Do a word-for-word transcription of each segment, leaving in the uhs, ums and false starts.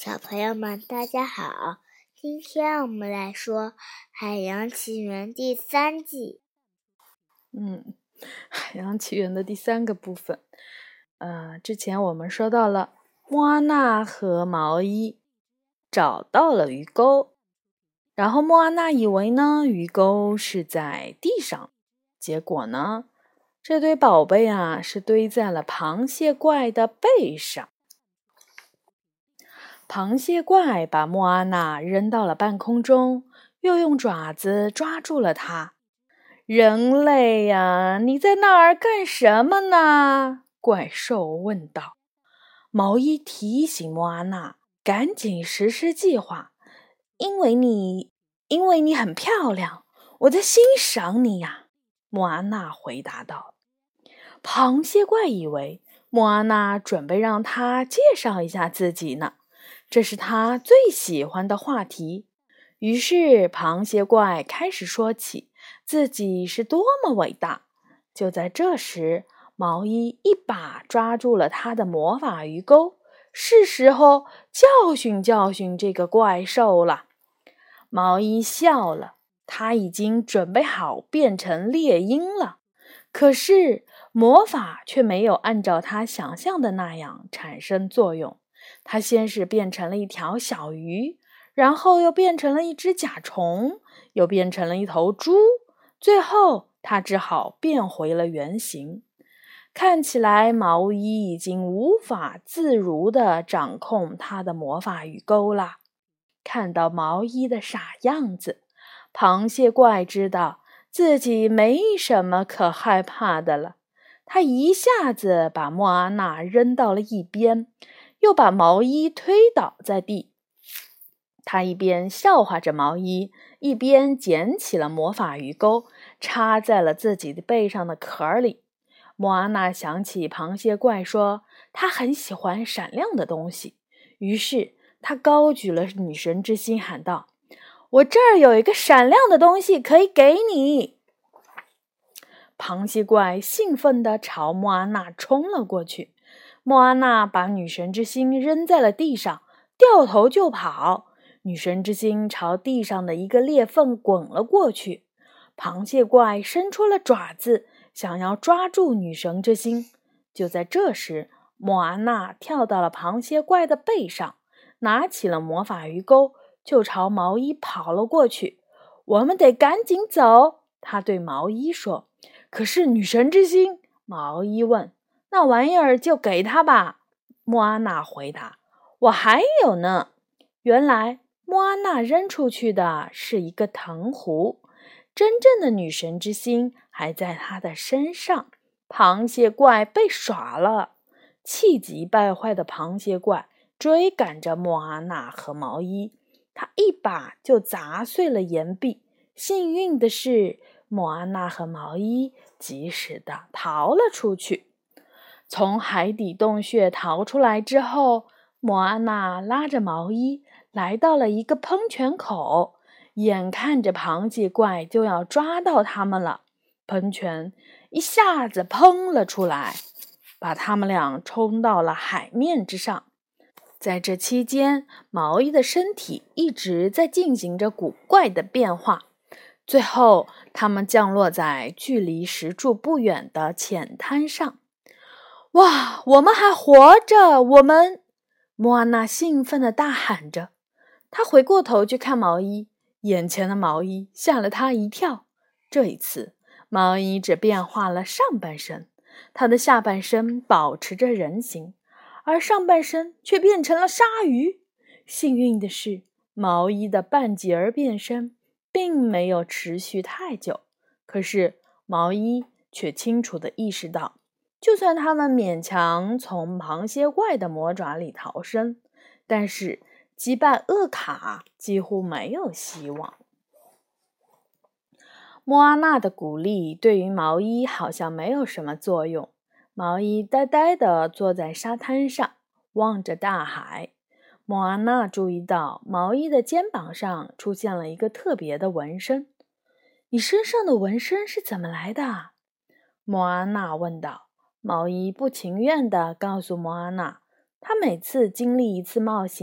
小朋友们，大家好！今天我们来说《海洋奇缘》第三季。 嗯，《海洋奇缘》的第三个部分。呃，之前我们说到了莫阿娜和毛衣找到了鱼钩，然后莫阿娜以为呢鱼钩是在地上，结果呢这堆宝贝啊是堆在了螃蟹怪的背上。螃蟹怪把莫阿娜扔到了半空中，又用爪子抓住了它。人类呀，你在那儿干什么呢？怪兽问道。毛衣提醒莫阿娜赶紧实施计划，因为你，因为你很漂亮，我在欣赏你呀。莫阿娜回答道。螃蟹怪以为莫阿娜准备让他介绍一下自己呢，这是他最喜欢的话题。于是螃蟹怪开始说起自己是多么伟大。就在这时，毛衣一把抓住了他的魔法鱼钩，是时候教训教训这个怪兽了。毛衣笑了，他已经准备好变成猎鹰了。可是魔法却没有按照他想象的那样产生作用。他先是变成了一条小鱼，然后又变成了一只甲虫，又变成了一头猪，最后他只好变回了原形。看起来毛衣已经无法自如地掌控他的魔法鱼钩了。看到毛衣的傻样子，螃蟹怪知道自己没什么可害怕的了。他一下子把莫阿娜扔到了一边，又把毛衣推倒在地。他一边笑话着毛衣，一边捡起了魔法鱼钩，插在了自己的背上的壳里。莫阿娜想起螃蟹怪说他很喜欢闪亮的东西，于是他高举了女神之心，喊道：我这儿有一个闪亮的东西可以给你。螃蟹怪兴奋地朝莫阿娜冲了过去。莫阿娜把女神之心扔在了地上，掉头就跑。女神之心朝地上的一个裂缝滚了过去。螃蟹怪伸出了爪子，想要抓住女神之心。就在这时，莫阿娜跳到了螃蟹怪的背上，拿起了魔法鱼钩，就朝毛衣跑了过去。我们得赶紧走，他对毛衣说。可是女神之心，毛衣问。那玩意儿就给他吧，莫阿娜回答。我还有呢。原来莫阿娜扔出去的是一个藤壶，真正的女神之心还在她的身上。螃蟹怪被耍了，气急败坏的螃蟹怪追赶着莫阿娜和毛衣，他一把就砸碎了岩壁。幸运的是，莫阿娜和毛衣及时地逃了出去。从海底洞穴逃出来之后，莫阿娜拉着毛衣来到了一个喷泉口，眼看着螃蟹怪就要抓到他们了，喷泉一下子喷了出来，把他们俩冲到了海面之上。在这期间，毛衣的身体一直在进行着古怪的变化。最后，他们降落在距离石柱不远的浅滩上。哇，我们还活着！我们……莫阿娜兴奋地大喊着。她回过头去看毛衣，眼前的毛衣吓了她一跳。这一次，毛衣只变化了上半身，它的下半身保持着人形，而上半身却变成了鲨鱼。幸运的是，毛衣的半截儿变身并没有持续太久，可是毛衣却清楚地意识到，就算他们勉强从螃蟹怪的魔爪里逃生，但是击败厄卡几乎没有希望。莫阿娜的鼓励对于毛衣好像没有什么作用。毛衣呆呆地坐在沙滩上，望着大海。莫阿娜注意到毛衣的肩膀上出现了一个特别的纹身。你身上的纹身是怎么来的？莫阿娜问道。毛衣不情愿地告诉莫阿娜，他每次经历一次冒险，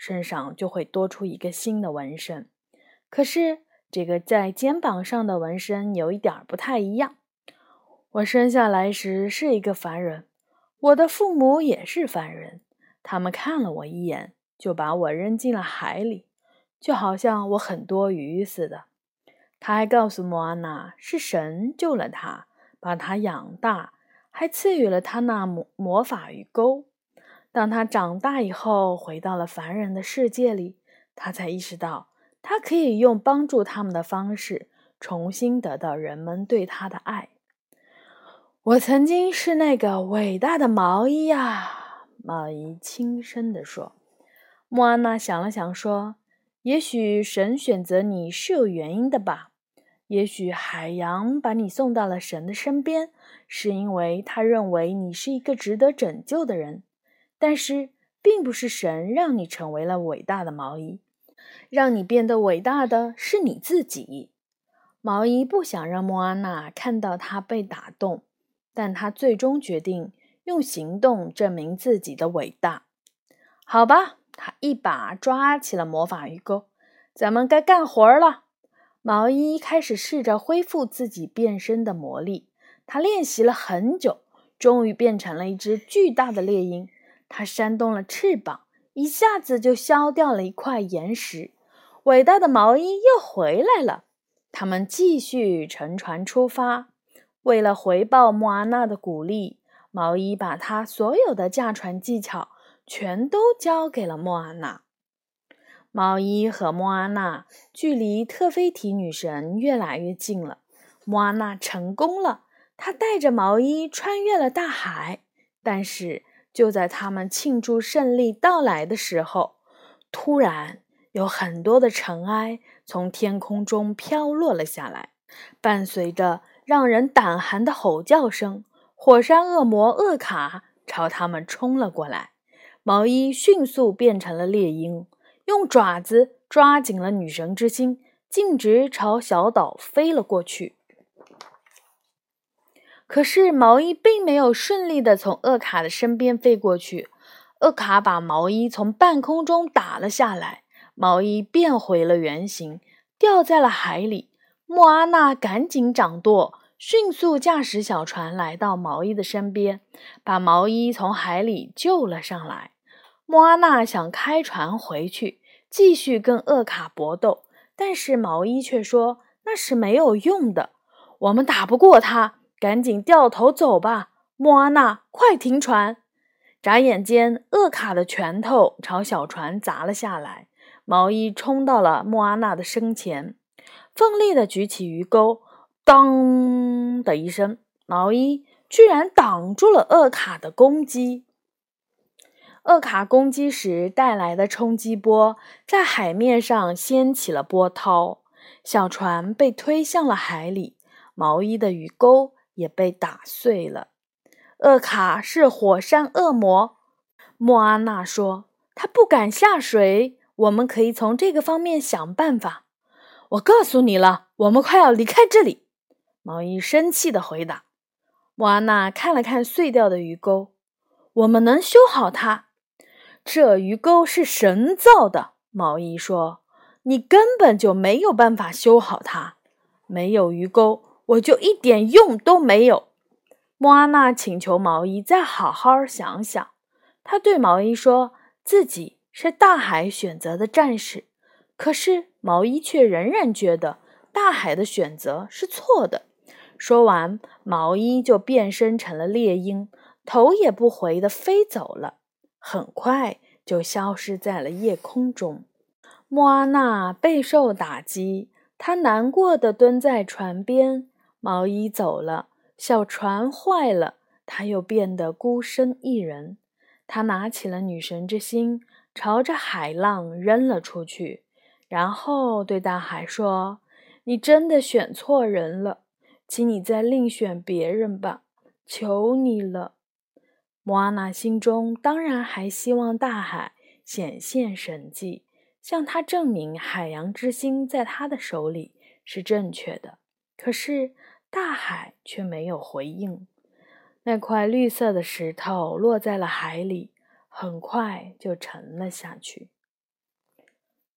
身上就会多出一个新的纹身。可是这个在肩膀上的纹身有一点不太一样。我生下来时是一个凡人，我的父母也是凡人，他们看了我一眼，就把我扔进了海里，就好像我很多余似的。他还告诉莫阿娜，是神救了他，把他养大，还赐予了他那魔魔法鱼钩。当他长大以后，回到了凡人的世界里，他才意识到，他可以用帮助他们的方式，重新得到人们对他的爱。我曾经是那个伟大的毛衣呀，毛衣轻声地说。莫阿娜想了想说，也许神选择你是有原因的吧。也许海洋把你送到了神的身边，是因为他认为你是一个值得拯救的人。但是并不是神让你成为了伟大的毛衣，让你变得伟大的是你自己。毛衣不想让莫阿娜看到他被打动，但他最终决定用行动证明自己的伟大。好吧，他一把抓起了魔法鱼钩，咱们该干活了。毛衣开始试着恢复自己变身的魔力，他练习了很久，终于变成了一只巨大的猎鹰。他扇动了翅膀，一下子就削掉了一块岩石。伟大的毛衣又回来了，他们继续乘船出发。为了回报莫阿娜的鼓励，毛衣把他所有的驾船技巧全都交给了莫阿娜。毛衣和莫阿娜距离特菲提女神越来越近了。莫阿娜成功了，她带着毛衣穿越了大海。但是就在他们庆祝胜利到来的时候，突然有很多的尘埃从天空中飘落了下来，伴随着让人胆寒的吼叫声，火山恶魔厄卡朝他们冲了过来。毛衣迅速变成了猎鹰，用爪子抓紧了女神之心，径直朝小岛飞了过去。可是毛衣并没有顺利地从厄卡的身边飞过去，厄卡把毛衣从半空中打了下来，毛衣变回了原形，掉在了海里。莫阿娜赶紧掌舵，迅速驾驶小船来到毛衣的身边，把毛衣从海里救了上来。莫阿娜想开船回去，继续跟厄卡搏斗，但是毛衣却说那是没有用的，我们打不过他，赶紧掉头走吧。莫阿娜，快停船！眨眼间，厄卡的拳头朝小船砸了下来，毛衣冲到了莫阿娜的身前，奋力地举起鱼钩，当的一声，毛衣居然挡住了厄卡的攻击。厄卡攻击时带来的冲击波在海面上掀起了波涛，小船被推向了海里，毛衣的鱼钩也被打碎了。厄卡是火山恶魔，莫阿娜说，他不敢下水，我们可以从这个方面想办法。我告诉你了，我们快要离开这里。毛衣生气地回答。莫阿娜看了看碎掉的鱼钩，我们能修好它。这鱼钩是神造的，毛衣说，你根本就没有办法修好它。没有鱼钩，我就一点用都没有。莫阿娜请求毛衣再好好想想。他对毛衣说，自己是大海选择的战士，可是毛衣却仍然觉得大海的选择是错的。说完，毛衣就变身成了猎鹰，头也不回地飞走了，很快就消失在了夜空中。莫阿娜备受打击，她难过地蹲在船边。毛衣走了，小船坏了，她又变得孤身一人。她拿起了女神之心，朝着海浪扔了出去，然后对大海说，你真的选错人了，请你再另选别人吧，求你了。莫阿娜心中当然还希望大海显现神迹，向他证明海洋之心在他的手里是正确的。可是大海却没有回应。那块绿色的石头落在了海里，很快就沉了下去。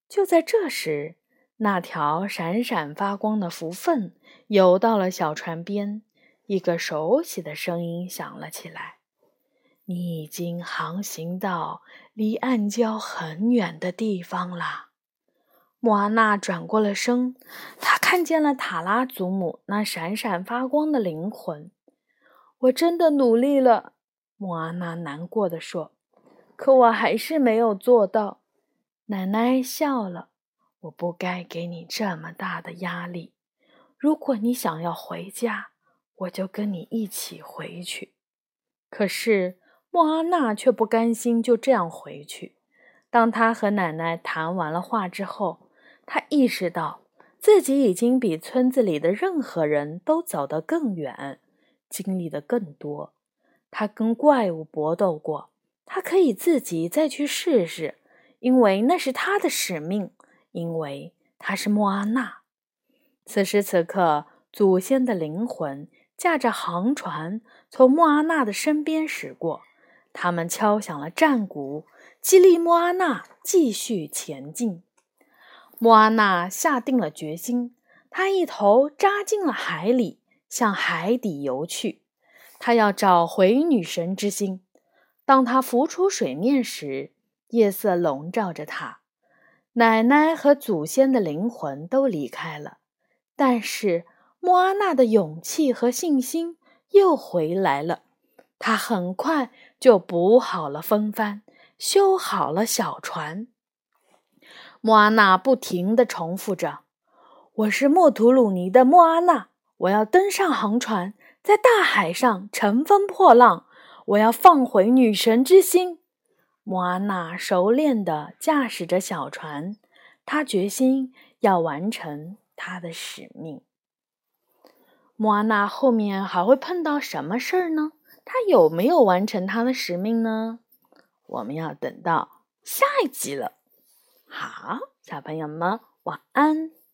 就在这时，那条闪闪发光的符缝游到了小船边，一个熟悉的声音响了起来：“你已经航行到离暗礁很远的地方了。”莫阿娜转过了身，她看见了塔拉祖母那闪闪发光的灵魂。“我真的努力了。”莫阿娜难过地说，“可我还是没有做到。”奶奶笑了，“我不该给你这么大的压力。如果你想要回家，我就跟你一起回去。”可是莫阿娜却不甘心就这样回去。当她和奶奶谈完了话之后，她意识到自己已经比村子里的任何人都走得更远，经历得更多。她跟怪物搏斗过，她可以自己再去试试，因为那是她的使命，因为她是莫阿娜。此时此刻，祖先的灵魂驾着航船从莫阿娜的身边驶过，他们敲响了战鼓，激励莫阿娜继续前进。莫阿娜下定了决心，她一头扎进了海里，向海底游去。她要找回女神之心。当她浮出水面时，夜色笼罩着她。奶奶和祖先的灵魂都离开了，但是莫阿娜的勇气和信心又回来了。她很快就补好了风帆，修好了小船。莫阿娜不停地重复着：“我是莫图鲁尼的莫阿娜，我要登上航船，在大海上乘风破浪，我要放回女神之心。”莫阿娜熟练地驾驶着小船，她决心要完成她的使命。莫阿娜后面还会碰到什么事儿呢？她有没有完成她的使命呢？我们要等到下一集了。好，小朋友们，晚安。